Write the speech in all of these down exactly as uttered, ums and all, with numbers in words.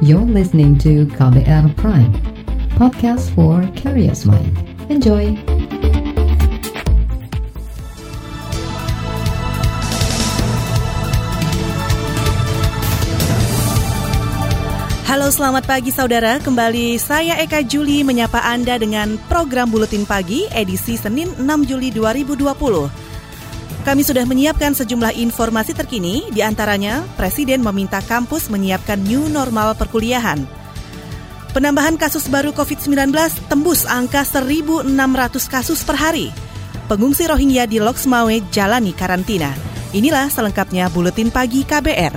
You're listening to K B R Prime, podcast for curious mind. Enjoy! Halo, selamat pagi saudara. Kembali saya Eka Juli menyapa Anda dengan program Buletin Pagi edisi Senin enam Juli dua ribu dua puluh. Kami sudah menyiapkan sejumlah informasi terkini, di antaranya Presiden meminta kampus menyiapkan new normal perkuliahan. Penambahan kasus baru covid sembilan belas tembus angka seribu enam ratus kasus per hari. Pengungsi Rohingya di Lok Sumawe jalani karantina. Inilah selengkapnya Buletin Pagi K B R.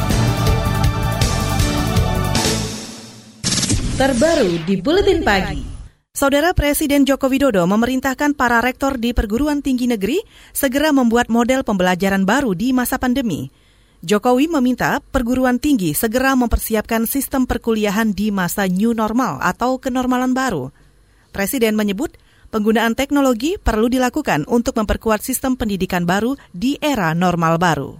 Terbaru di Buletin Pagi. Saudara, Presiden Joko Widodo memerintahkan para rektor di perguruan tinggi negeri segera membuat model pembelajaran baru di masa pandemi. Jokowi meminta perguruan tinggi segera mempersiapkan sistem perkuliahan di masa new normal atau kenormalan baru. Presiden menyebut penggunaan teknologi perlu dilakukan untuk memperkuat sistem pendidikan baru di era normal baru.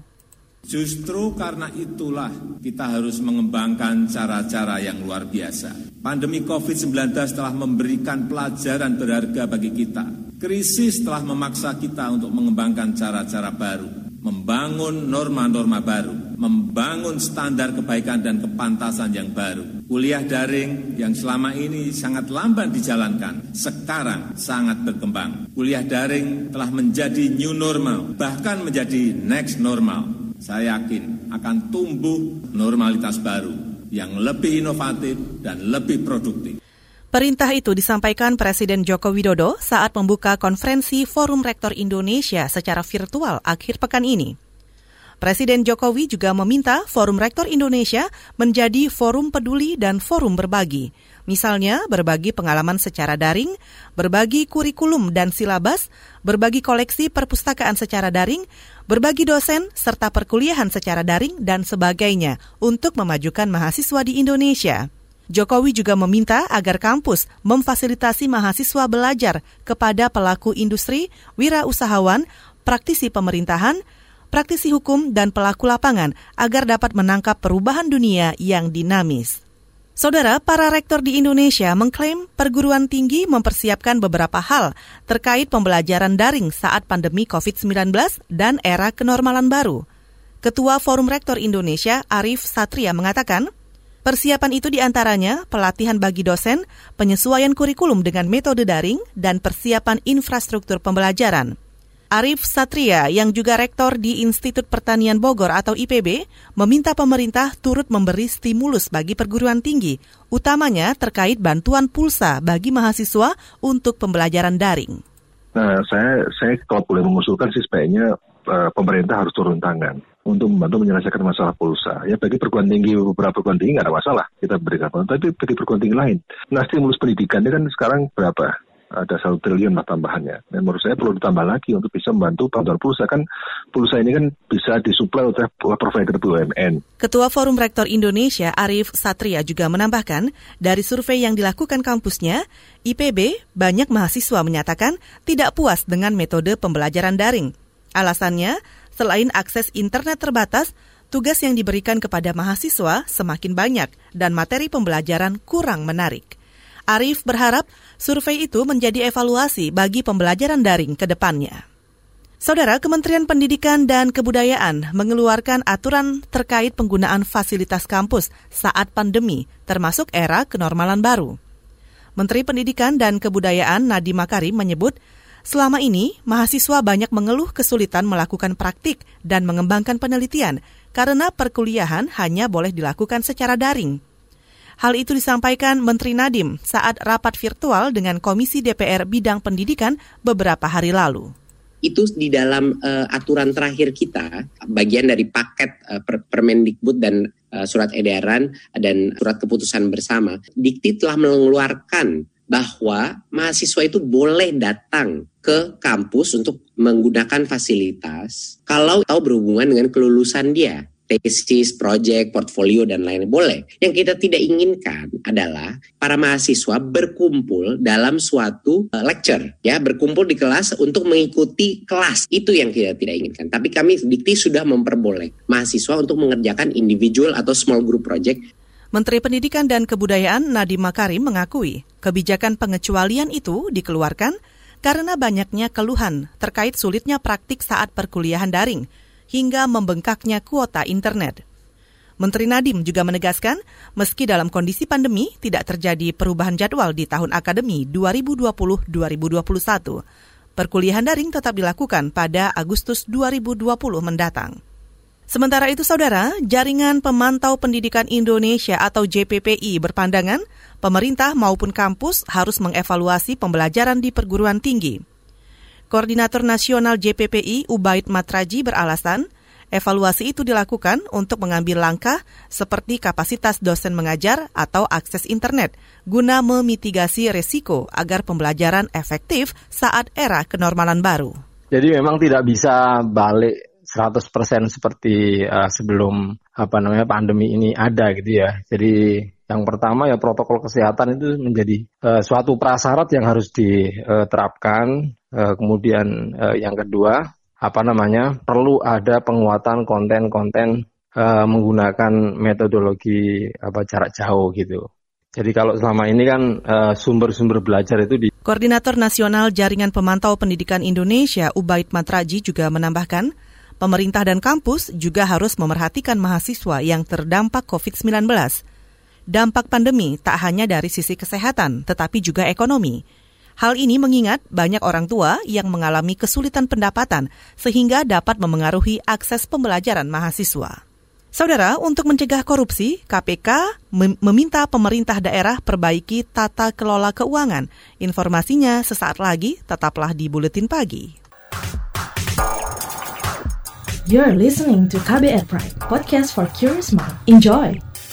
Justru karena itulah kita harus mengembangkan cara-cara yang luar biasa. Pandemi covid sembilan belas telah memberikan pelajaran berharga bagi kita. Krisis telah memaksa kita untuk mengembangkan cara-cara baru, membangun norma-norma baru, membangun standar kebaikan dan kepantasan yang baru. Kuliah daring yang selama ini sangat lamban dijalankan, sekarang sangat berkembang. Kuliah daring telah menjadi new normal, bahkan menjadi next normal. Saya yakin akan tumbuh normalitas baru yang lebih inovatif dan lebih produktif. Perintah itu disampaikan Presiden Joko Widodo saat membuka konferensi Forum Rektor Indonesia secara virtual akhir pekan ini. Presiden Jokowi juga meminta Forum Rektor Indonesia menjadi forum peduli dan forum berbagi. Misalnya, berbagi pengalaman secara daring, berbagi kurikulum dan silabas, berbagi koleksi perpustakaan secara daring, berbagi dosen, serta perkuliahan secara daring, dan sebagainya untuk memajukan mahasiswa di Indonesia. Jokowi juga meminta agar kampus memfasilitasi mahasiswa belajar kepada pelaku industri, wirausahawan, praktisi pemerintahan, praktisi hukum, dan pelaku lapangan agar dapat menangkap perubahan dunia yang dinamis. Saudara, para rektor di Indonesia mengklaim perguruan tinggi mempersiapkan beberapa hal terkait pembelajaran daring saat pandemi covid sembilan belas dan era kenormalan baru. Ketua Forum Rektor Indonesia, Arif Satria, mengatakan, persiapan itu diantaranya pelatihan bagi dosen, penyesuaian kurikulum dengan metode daring, dan persiapan infrastruktur pembelajaran. Arif Satria, yang juga rektor di Institut Pertanian Bogor atau I P B, meminta pemerintah turut memberi stimulus bagi perguruan tinggi, utamanya terkait bantuan pulsa bagi mahasiswa untuk pembelajaran daring. Nah, saya saya kalau boleh mengusulkan sih sebaiknya uh, pemerintah harus turun tangan untuk membantu menyelesaikan masalah pulsa. Ya, bagi perguruan tinggi, beberapa perguruan tinggi nggak ada masalah kita berikan, tapi bagi perguruan tinggi lain. Nah, stimulus pendidikan ini kan sekarang berapa? Ada satu triliun lah tambahannya. Dan menurut saya perlu ditambah lagi untuk bisa membantu bantuan pulsa. Kan pulsa ini kan bisa disuplai oleh provider B U M N. Ketua Forum Rektor Indonesia, Arif Satria, juga menambahkan, dari survei yang dilakukan kampusnya, I P B banyak mahasiswa menyatakan tidak puas dengan metode pembelajaran daring. Alasannya, selain akses internet terbatas, tugas yang diberikan kepada mahasiswa semakin banyak dan materi pembelajaran kurang menarik. Arif berharap survei itu menjadi evaluasi bagi pembelajaran daring ke depannya. Saudara, Kementerian Pendidikan dan Kebudayaan mengeluarkan aturan terkait penggunaan fasilitas kampus saat pandemi, termasuk era kenormalan baru. Menteri Pendidikan dan Kebudayaan Nadiem Makarim menyebut, selama ini mahasiswa banyak mengeluh kesulitan melakukan praktik dan mengembangkan penelitian karena perkuliahan hanya boleh dilakukan secara daring. Hal itu disampaikan Menteri Nadiem saat rapat virtual dengan Komisi D P R Bidang Pendidikan beberapa hari lalu. Itu di dalam uh, aturan terakhir kita, bagian dari paket uh, per- Permendikbud dan uh, surat edaran dan surat keputusan bersama, Dikti telah mengeluarkan bahwa mahasiswa itu boleh datang ke kampus untuk menggunakan fasilitas kalau tahu berhubungan dengan kelulusan dia. Tesis, proyek, portfolio, dan lain-lain boleh. Yang kita tidak inginkan adalah para mahasiswa berkumpul dalam suatu uh, lecture, ya, berkumpul di kelas untuk mengikuti kelas. Itu yang kita tidak inginkan. Tapi kami Dikti sudah memperboleh mahasiswa untuk mengerjakan individual atau small group project. Menteri Pendidikan dan Kebudayaan Nadiem Makarim mengakui kebijakan pengecualian itu dikeluarkan karena banyaknya keluhan terkait sulitnya praktik saat perkuliahan daring hingga membengkaknya kuota internet. Menteri Nadiem juga menegaskan, meski dalam kondisi pandemi tidak terjadi perubahan jadwal di tahun akademi dua ribu dua puluh dua ribu dua puluh satu, perkuliahan daring tetap dilakukan pada Agustus dua ribu dua puluh mendatang. Sementara itu, Saudara, Jaringan Pemantau Pendidikan Indonesia atau J P P I berpandangan pemerintah maupun kampus harus mengevaluasi pembelajaran di perguruan tinggi. Koordinator Nasional J P P I Ubaid Matraji beralasan, evaluasi itu dilakukan untuk mengambil langkah seperti kapasitas dosen mengajar atau akses internet guna memitigasi resiko agar pembelajaran efektif saat era kenormalan baru. Jadi memang tidak bisa balik seratus persen seperti uh, sebelum apa namanya pandemi ini ada gitu ya. Jadi yang pertama ya protokol kesehatan itu menjadi uh, suatu prasyarat yang harus diterapkan. Uh, kemudian uh, yang kedua apa namanya perlu ada penguatan konten-konten uh, menggunakan metodologi apa jarak jauh gitu. Jadi kalau selama ini kan uh, sumber-sumber belajar itu di Koordinator Nasional Jaringan Pemantau Pendidikan Indonesia Ubaid Matraji juga menambahkan, pemerintah dan kampus juga harus memerhatikan mahasiswa yang terdampak covid sembilan belas. Dampak pandemi tak hanya dari sisi kesehatan, tetapi juga ekonomi. Hal ini mengingat banyak orang tua yang mengalami kesulitan pendapatan sehingga dapat memengaruhi akses pembelajaran mahasiswa. Saudara, untuk mencegah korupsi, K P K mem- meminta pemerintah daerah perbaiki tata kelola keuangan. Informasinya sesaat lagi, tetaplah di Buletin Pagi. You're listening to K B R Prime, podcast for curious mind. Enjoy!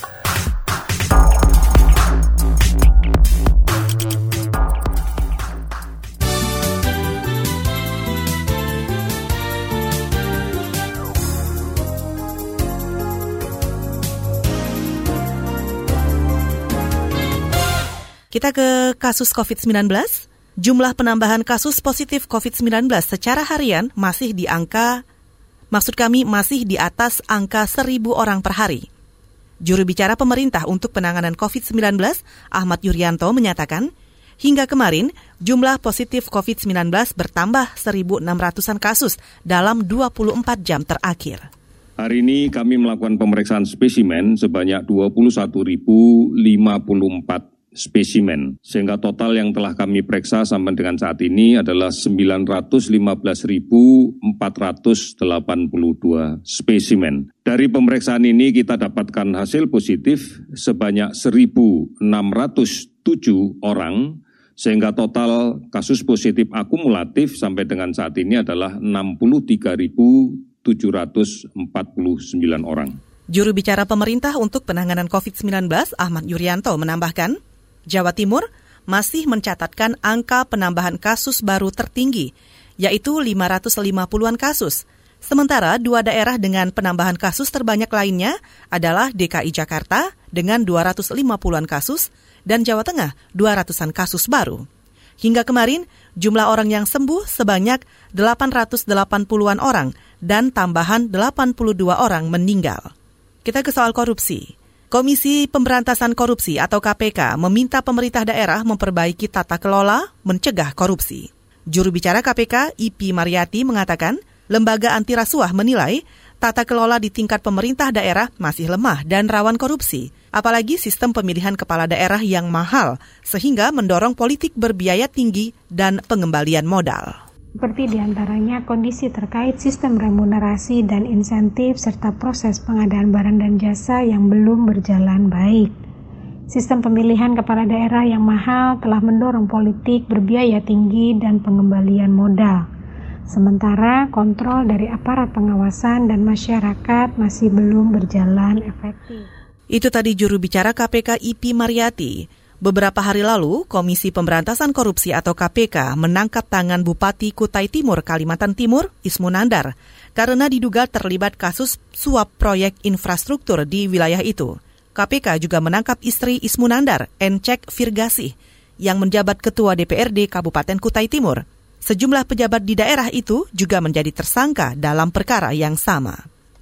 Kita ke kasus covid sembilan belas. Jumlah penambahan kasus positif covid sembilan belas secara harian masih di angka Maksud kami masih di atas angka seribu orang per hari. Juru bicara pemerintah untuk penanganan covid sembilan belas, Ahmad Yuryanto, menyatakan, hingga kemarin jumlah positif covid sembilan belas bertambah seribu enam ratusan kasus dalam dua puluh empat jam terakhir. Hari ini kami melakukan pemeriksaan spesimen sebanyak dua puluh satu ribu lima puluh empat spesimen, sehingga total yang telah kami periksa sampai dengan saat ini adalah sembilan ratus lima belas ribu empat ratus delapan puluh dua spesimen. Dari pemeriksaan ini kita dapatkan hasil positif sebanyak seribu enam ratus tujuh orang, sehingga total kasus positif akumulatif sampai dengan saat ini adalah enam puluh tiga ribu tujuh ratus empat puluh sembilan orang. Juru bicara pemerintah untuk penanganan covid sembilan belas, Ahmad Yuryanto, menambahkan, Jawa Timur masih mencatatkan angka penambahan kasus baru tertinggi, yaitu lima ratus lima puluhan kasus. Sementara dua daerah dengan penambahan kasus terbanyak lainnya adalah D K I Jakarta dengan dua ratus lima puluhan kasus dan Jawa Tengah dua ratusan kasus baru. Hingga kemarin, jumlah orang yang sembuh sebanyak delapan ratus delapan puluhan orang dan tambahan delapan puluh dua orang meninggal. Kita ke soal korupsi. Komisi Pemberantasan Korupsi atau K P K meminta pemerintah daerah memperbaiki tata kelola mencegah korupsi. Juru bicara K P K, I P Mariati, mengatakan lembaga anti rasuah menilai tata kelola di tingkat pemerintah daerah masih lemah dan rawan korupsi, apalagi sistem pemilihan kepala daerah yang mahal sehingga mendorong politik berbiaya tinggi dan pengembalian modal. Seperti diantaranya kondisi terkait sistem remunerasi dan insentif serta proses pengadaan barang dan jasa yang belum berjalan baik. Sistem pemilihan kepala daerah yang mahal telah mendorong politik berbiaya tinggi dan pengembalian modal. Sementara kontrol dari aparat pengawasan dan masyarakat masih belum berjalan efektif. Itu tadi juru bicara K P K I P Mariati. Beberapa hari lalu, Komisi Pemberantasan Korupsi atau K P K menangkap tangan Bupati Kutai Timur, Kalimantan Timur, Ismu Nandar, karena diduga terlibat kasus suap proyek infrastruktur di wilayah itu. K P K juga menangkap istri Ismu Nandar, Encek Virgasih, yang menjabat Ketua D P R D Kabupaten Kutai Timur. Sejumlah pejabat di daerah itu juga menjadi tersangka dalam perkara yang sama.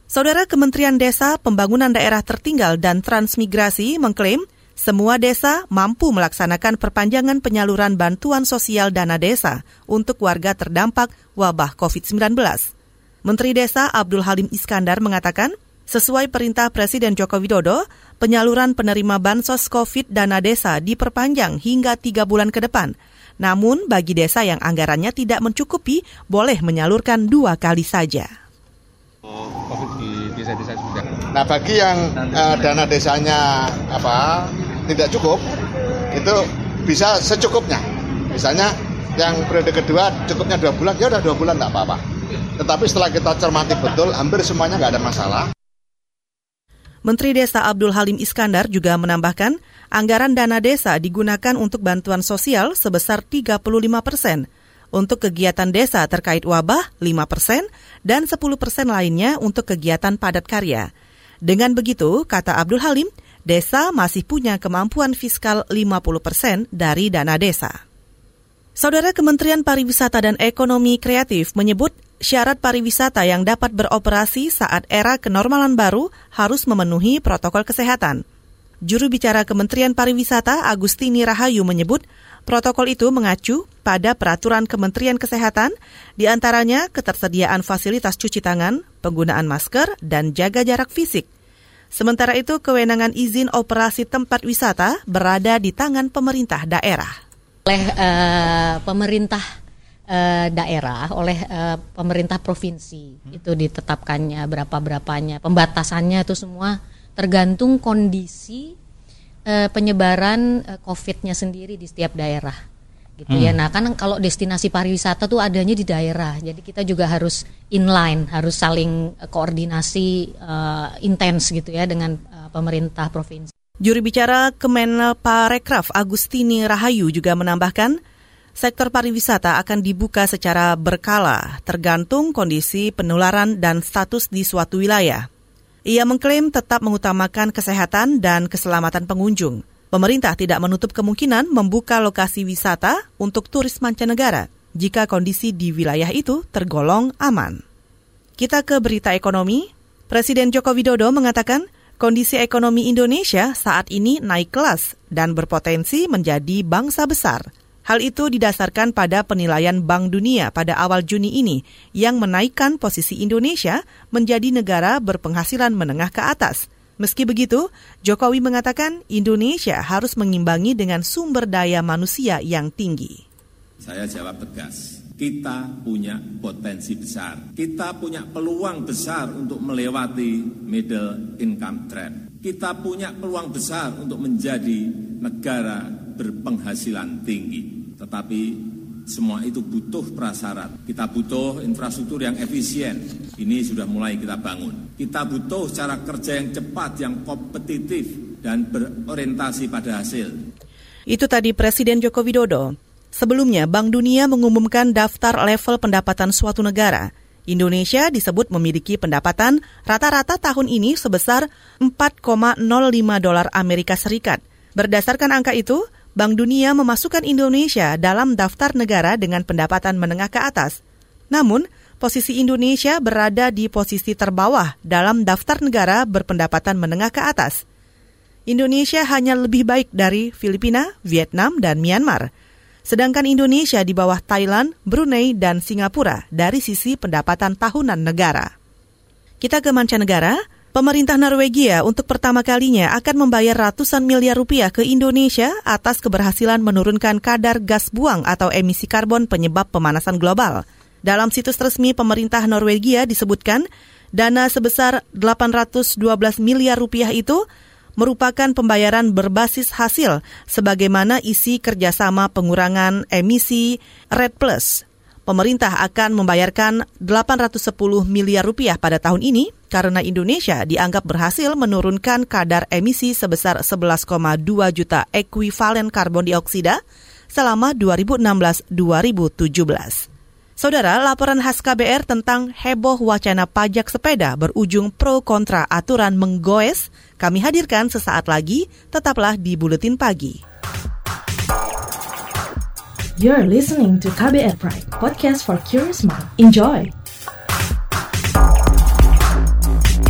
Saudara, Kementerian Desa, Pembangunan Daerah Tertinggal dan Transmigrasi mengklaim semua desa mampu melaksanakan perpanjangan penyaluran bantuan sosial dana desa untuk warga terdampak wabah covid sembilan belas. Menteri Desa Abdul Halim Iskandar mengatakan, sesuai perintah Presiden Joko Widodo, penyaluran penerima bansos COVID dana desa diperpanjang hingga tiga bulan ke depan. Namun, bagi desa yang anggarannya tidak mencukupi, boleh menyalurkan dua kali saja. COVID di desa-desa sudah. Nah, bagi yang uh, dana desanya apa tidak cukup, itu bisa secukupnya. Misalnya yang periode kedua cukupnya dua bulan, ya udah dua bulan nggak apa-apa. Tetapi setelah kita cermati betul, hampir semuanya nggak ada masalah. Menteri Desa Abdul Halim Iskandar juga menambahkan, anggaran dana desa digunakan untuk bantuan sosial sebesar tiga puluh lima persen, untuk kegiatan desa terkait wabah lima persen, dan sepuluh persen lainnya untuk kegiatan padat karya. Dengan begitu, kata Abdul Halim, desa masih punya kemampuan fiskal lima puluh persen dari dana desa. Saudara, Kementerian Pariwisata dan Ekonomi Kreatif menyebut syarat pariwisata yang dapat beroperasi saat era kenormalan baru harus memenuhi protokol kesehatan. Juru bicara Kementerian Pariwisata Agustini Rahayu menyebut protokol itu mengacu pada peraturan Kementerian Kesehatan, di antaranya ketersediaan fasilitas cuci tangan, penggunaan masker, dan jaga jarak fisik. Sementara itu, kewenangan izin operasi tempat wisata berada di tangan pemerintah daerah. Oleh uh, pemerintah uh, daerah, oleh uh, pemerintah provinsi, hmm. itu ditetapkannya berapa-berapanya, pembatasannya itu semua tergantung kondisi uh, penyebaran uh, COVID-nya sendiri di setiap daerah, gitu hmm. ya. Nah, kan kalau destinasi pariwisata tuh adanya di daerah, jadi kita juga harus inline, harus saling uh, koordinasi uh, intens gitu ya dengan uh, pemerintah provinsi. Juru bicara Kemenparekraf Agustini Rahayu juga menambahkan, sektor pariwisata akan dibuka secara berkala, tergantung kondisi penularan dan status di suatu wilayah. Ia mengklaim tetap mengutamakan kesehatan dan keselamatan pengunjung. Pemerintah tidak menutup kemungkinan membuka lokasi wisata untuk turis mancanegara jika kondisi di wilayah itu tergolong aman. Kita ke berita ekonomi. Presiden Joko Widodo mengatakan, kondisi ekonomi Indonesia saat ini naik kelas dan berpotensi menjadi bangsa besar. Hal itu didasarkan pada penilaian Bank Dunia pada awal Juni ini yang menaikkan posisi Indonesia menjadi negara berpenghasilan menengah ke atas. Meski begitu, Jokowi mengatakan Indonesia harus mengimbangi dengan sumber daya manusia yang tinggi. Saya jawab tegas. Kita punya potensi besar. Kita punya peluang besar untuk melewati middle income trap. Kita punya peluang besar untuk menjadi negara berpenghasilan tinggi. Tetapi semua itu butuh prasyarat. Kita butuh infrastruktur yang efisien. Ini sudah mulai kita bangun. Kita butuh cara kerja yang cepat, yang kompetitif, dan berorientasi pada hasil. Itu tadi Presiden Joko Widodo. Sebelumnya, Bank Dunia mengumumkan daftar level pendapatan suatu negara. Indonesia disebut memiliki pendapatan rata-rata tahun ini sebesar empat koma nol lima dolar Amerika Serikat. Berdasarkan angka itu, Bank Dunia memasukkan Indonesia dalam daftar negara dengan pendapatan menengah ke atas. Namun, posisi Indonesia berada di posisi terbawah dalam daftar negara berpendapatan menengah ke atas. Indonesia hanya lebih baik dari Filipina, Vietnam, dan Myanmar. Sedangkan Indonesia di bawah Thailand, Brunei, dan Singapura dari sisi pendapatan tahunan negara. Kita ke mancanegara, pemerintah Norwegia untuk pertama kalinya akan membayar ratusan miliar rupiah ke Indonesia atas keberhasilan menurunkan kadar gas buang atau emisi karbon penyebab pemanasan global. Dalam situs resmi pemerintah Norwegia disebutkan, dana sebesar delapan ratus dua belas miliar rupiah itu merupakan pembayaran berbasis hasil sebagaimana isi kerjasama pengurangan emisi REDD Plus. Pemerintah akan membayarkan delapan ratus sepuluh miliar rupiah pada tahun ini karena Indonesia dianggap berhasil menurunkan kadar emisi sebesar sebelas koma dua juta ekuivalen karbon dioksida selama dua ribu enam belas sampai dua ribu tujuh belas. Saudara, laporan khas K B R tentang heboh wacana pajak sepeda berujung pro kontra aturan menggoes kami hadirkan sesaat lagi, tetaplah di Buletin Pagi. You're listening to K B R Pride, podcast for curious mind. Enjoy!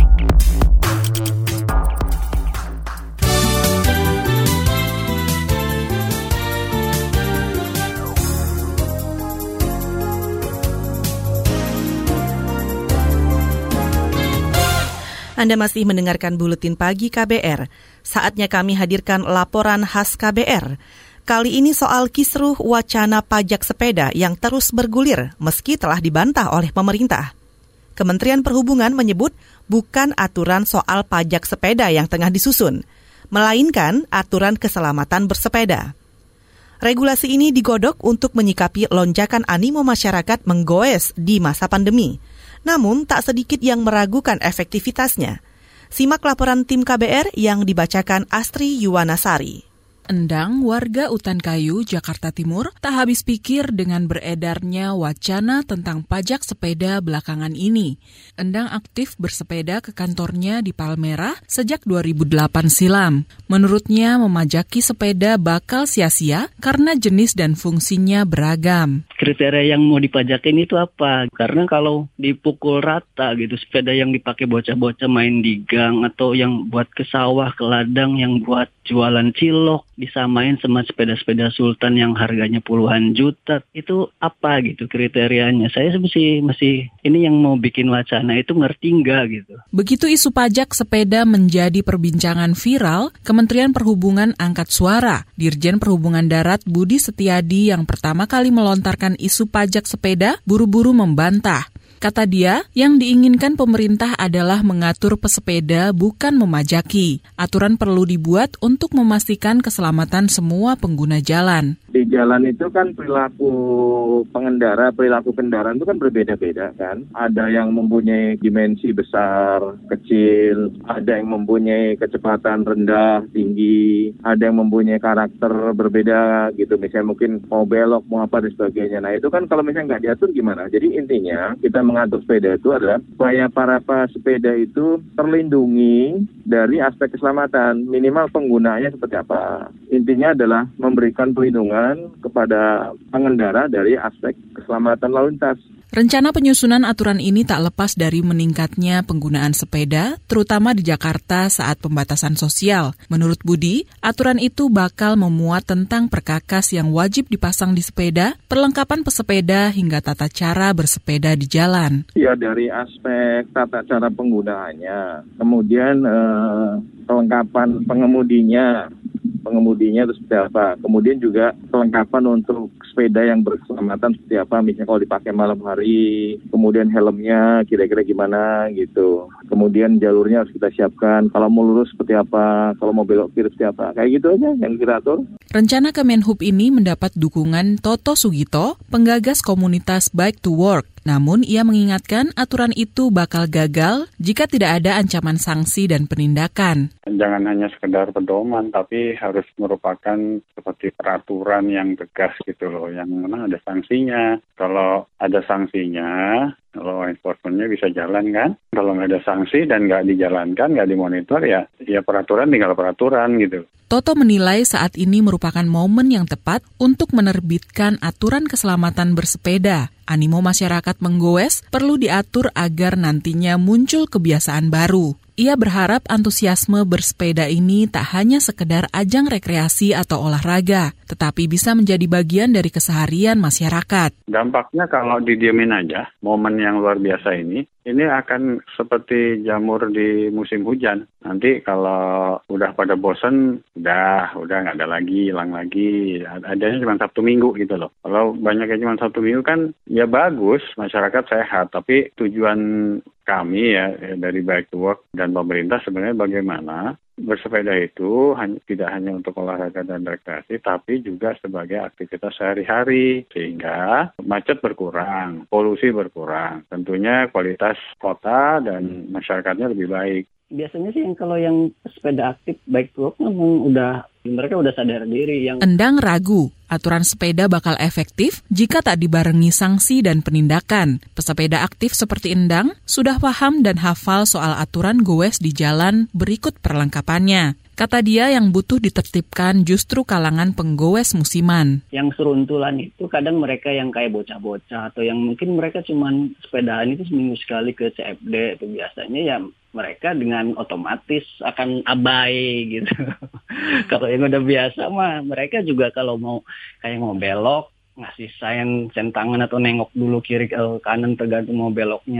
Anda masih mendengarkan Buletin Pagi K B R. Saatnya kami hadirkan laporan khas K B R. Kali ini soal kisruh wacana pajak sepeda yang terus bergulir meski telah dibantah oleh pemerintah. Kementerian Perhubungan menyebut bukan aturan soal pajak sepeda yang tengah disusun, melainkan aturan keselamatan bersepeda. Regulasi ini digodok untuk menyikapi lonjakan animo masyarakat menggoes di masa pandemi. Namun, tak sedikit yang meragukan efektivitasnya. Simak laporan tim K B R yang dibacakan Astri Yuwanasari. Endang, warga Utan Kayu, Jakarta Timur, tak habis pikir dengan beredarnya wacana tentang pajak sepeda belakangan ini. Endang aktif bersepeda ke kantornya di Palmerah sejak dua ribu delapan silam. Menurutnya, memajaki sepeda bakal sia-sia karena jenis dan fungsinya beragam. Kriteria yang mau dipajakin itu apa? Karena kalau dipukul rata gitu, sepeda yang dipakai bocah-bocah main di gang atau yang buat ke sawah, ke ladang, yang buat jualan cilok, disamain sama sepeda-sepeda sultan yang harganya puluhan juta, itu apa gitu kriterianya? Saya masih masih ini yang mau bikin wacana itu ngerti nggak gitu. Begitu isu pajak sepeda menjadi perbincangan viral, Kementerian Perhubungan angkat suara. Dirjen Perhubungan Darat Budi Setiadi yang pertama kali melontarkan isu pajak sepeda buru-buru membantah. Kata dia, yang diinginkan pemerintah adalah mengatur pesepeda bukan memajaki. Aturan perlu dibuat untuk memastikan keselamatan semua pengguna jalan. Di jalan itu kan perilaku pengendara, perilaku kendaraan itu kan berbeda-beda kan. Ada yang mempunyai dimensi besar, kecil, ada yang mempunyai kecepatan rendah, tinggi, ada yang mempunyai karakter berbeda gitu. Misalnya mungkin mau belok, mau apa dan sebagainya. Nah itu kan kalau misalnya nggak diatur gimana? Jadi intinya kita mengatur sepeda itu adalah supaya para pesepeda itu terlindungi dari aspek keselamatan, minimal penggunaannya seperti apa. Intinya adalah memberikan perlindungan kepada pengendara dari aspek keselamatan lalu lintas. Rencana penyusunan aturan ini tak lepas dari meningkatnya penggunaan sepeda, terutama di Jakarta saat pembatasan sosial. Menurut Budi, aturan itu bakal memuat tentang perkakas yang wajib dipasang di sepeda, perlengkapan pesepeda hingga tata cara bersepeda di jalan. Ya, dari aspek tata cara penggunaannya, kemudian eh, kelengkapan pengemudinya, pengemudinya itu seperti apa. Kemudian juga kelengkapan untuk sepeda yang berkeselamatan seperti apa, misalnya kalau dipakai malam hari, kemudian helmnya kira-kira gimana gitu. Kemudian jalurnya harus kita siapkan, kalau mau lurus seperti apa, kalau mau belok kiri seperti apa. Kayak gitu aja yang kita atur. Rencana Kemenhub ini mendapat dukungan Toto Sugito, penggagas komunitas Bike to Work. Namun ia mengingatkan aturan itu bakal gagal jika tidak ada ancaman sanksi dan penindakan. Jangan hanya sekedar pedoman, tapi harus merupakan seperti peraturan yang tegas gitu loh, yang mana ada sanksinya. Kalau ada sanksinya, law enforcement-nya bisa jalan kan. Kalau nggak ada sanksi dan nggak dijalankan, nggak dimonitor, ya ya peraturan tinggal peraturan gitu. Toto menilai saat ini merupakan momen yang tepat untuk menerbitkan aturan keselamatan bersepeda. Animo masyarakat menggoes perlu diatur agar nantinya muncul kebiasaan baru. Ia berharap antusiasme bersepeda ini tak hanya sekedar ajang rekreasi atau olahraga, tetapi bisa menjadi bagian dari keseharian masyarakat. Dampaknya kalau didiemin aja, momen yang luar biasa ini, ini akan seperti jamur di musim hujan. Nanti kalau udah pada bosen, udah, udah nggak ada lagi, hilang lagi. Adanya cuma Sabtu Minggu gitu loh. Kalau banyaknya cuma Sabtu Minggu kan, ya bagus, masyarakat sehat. Tapi tujuan kami ya dari Bike to Work dan pemerintah sebenarnya bagaimana bersepeda itu hanya, tidak hanya untuk olahraga dan rekreasi, tapi juga sebagai aktivitas sehari-hari, sehingga macet berkurang, polusi berkurang, tentunya kualitas kota dan masyarakatnya lebih baik. Biasanya sih yang kalau yang sepeda aktif Bike to Work memang udah mereka udah sadar diri. Yang Endang ragu aturan sepeda bakal efektif jika tak dibarengi sanksi dan penindakan. Pesepeda aktif seperti Endang sudah paham dan hafal soal aturan goes di jalan berikut perlengkapannya. Kata dia yang butuh ditertibkan justru kalangan penggoes musiman. Yang seruntulan itu kadang mereka yang kayak bocah-bocah atau yang mungkin mereka cuman sepedaan itu seminggu sekali ke C F D itu biasanya ya mereka dengan otomatis akan abai gitu. Kalau yang udah biasa mah mereka juga kalau mau kayak mau belok ngasih sign sen tangan atau nengok dulu kiri ke kanan tergantung mau beloknya.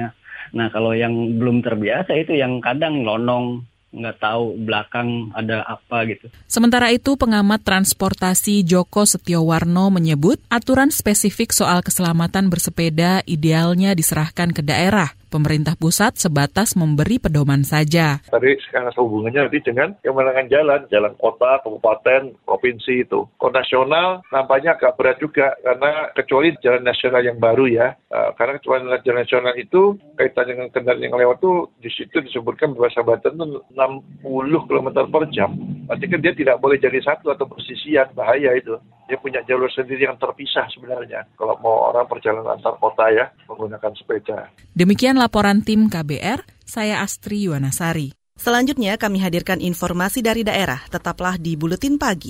Nah kalau yang belum terbiasa itu yang kadang lonong, nggak tahu belakang ada apa gitu. Sementara itu, pengamat transportasi Joko Setiowarno menyebut aturan spesifik soal keselamatan bersepeda idealnya diserahkan ke daerah. Pemerintah pusat sebatas memberi pedoman saja. Tadi sekarang hubungannya nanti dengan kemenangan jalan, jalan kota, kabupaten, provinsi itu. Kalau nasional nampaknya agak berat juga karena kecuali jalan nasional yang baru ya. Uh, karena kecuali jalan nasional itu kaitan dengan kendaraan yang lewat tuh di situ disebutkan bahasa Banten itu enam puluh kilometer per jam. Berarti kan dia tidak boleh jadi satu atau bersisian, bahaya itu. Dia punya jalur sendiri yang terpisah sebenarnya. Kalau mau orang perjalanan antar kota ya menggunakan sepeda. Demikian laporan tim K B R, saya Astri Yuwanasari. Selanjutnya kami hadirkan informasi dari daerah. Tetaplah di Buletin Pagi.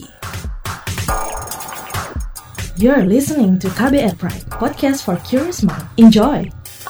You're listening to K B R Prime, podcast for curious mind. Enjoy!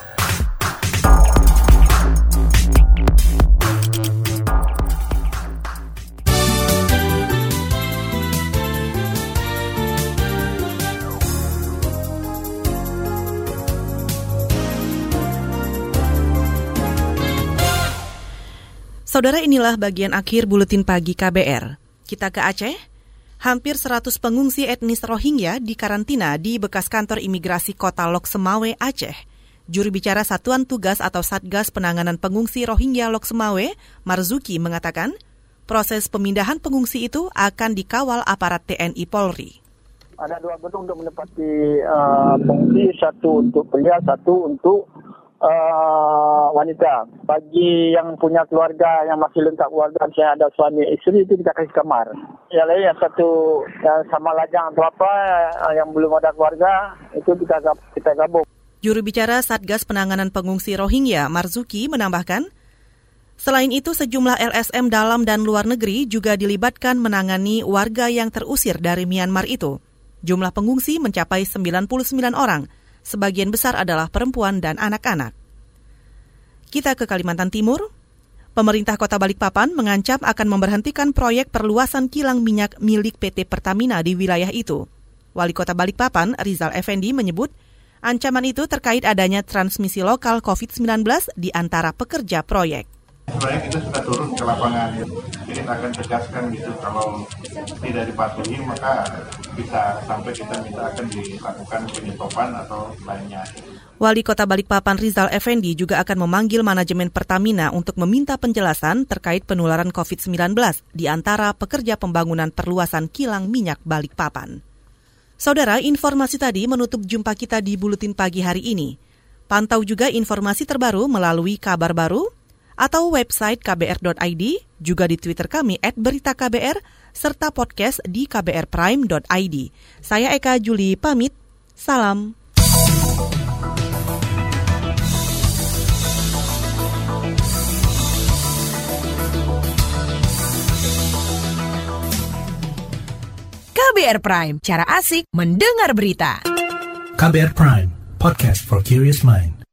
Saudara, inilah bagian akhir Buletin Pagi K B R. Kita ke Aceh. Hampir seratus pengungsi etnis Rohingya dikarantina di bekas kantor imigrasi Kota Lok Semawe, Aceh. Juru bicara Satuan Tugas atau Satgas Penanganan Pengungsi Rohingya Lok Semawe, Marzuki, mengatakan proses pemindahan pengungsi itu akan dikawal aparat T N I Polri. Ada dua gedung untuk menempati uh, pengungsi, satu untuk pria, satu untuk Uh, wanita. Bagi yang punya keluarga yang masih lengkap keluarga, misalnya ada suami isteri, itu kita kasih kamar. Yang lain yang satu yang sama lajang atau apa yang belum ada keluarga, itu kita kita gabung. Juru bicara Satgas Penanganan Pengungsi Rohingya, Marzuki, menambahkan, selain itu sejumlah L S M dalam dan luar negeri juga dilibatkan menangani warga yang terusir dari Myanmar itu. Jumlah pengungsi mencapai sembilan puluh sembilan orang. Sebagian besar adalah perempuan dan anak-anak. Kita ke Kalimantan Timur. Pemerintah Kota Balikpapan mengancam akan memberhentikan proyek perluasan kilang minyak milik P T Pertamina di wilayah itu. Wali Kota Balikpapan, Rizal Effendi, menyebut ancaman itu terkait adanya transmisi lokal covid sembilan belas di antara pekerja proyek. Sebenarnya kita sudah turun ke lapangan, jadi kita akan tegaskan gitu, kalau tidak dipatuhi maka bisa sampai kita minta akan dilakukan penyetopan atau lainnya. Wali Kota Balikpapan Rizal Effendi juga akan memanggil manajemen Pertamina untuk meminta penjelasan terkait penularan covid sembilan belas di antara pekerja pembangunan perluasan kilang minyak Balikpapan. Saudara, informasi tadi menutup jumpa kita di Buletin Pagi hari ini. Pantau juga informasi terbaru melalui Kabar Baru atau website k b r dot i d, juga di Twitter kami at berita K B R, serta podcast di k b r prime dot i d. Saya Eka Juli pamit, salam. K B R Prime, cara asik mendengar berita. K B R Prime, podcast for curious mind.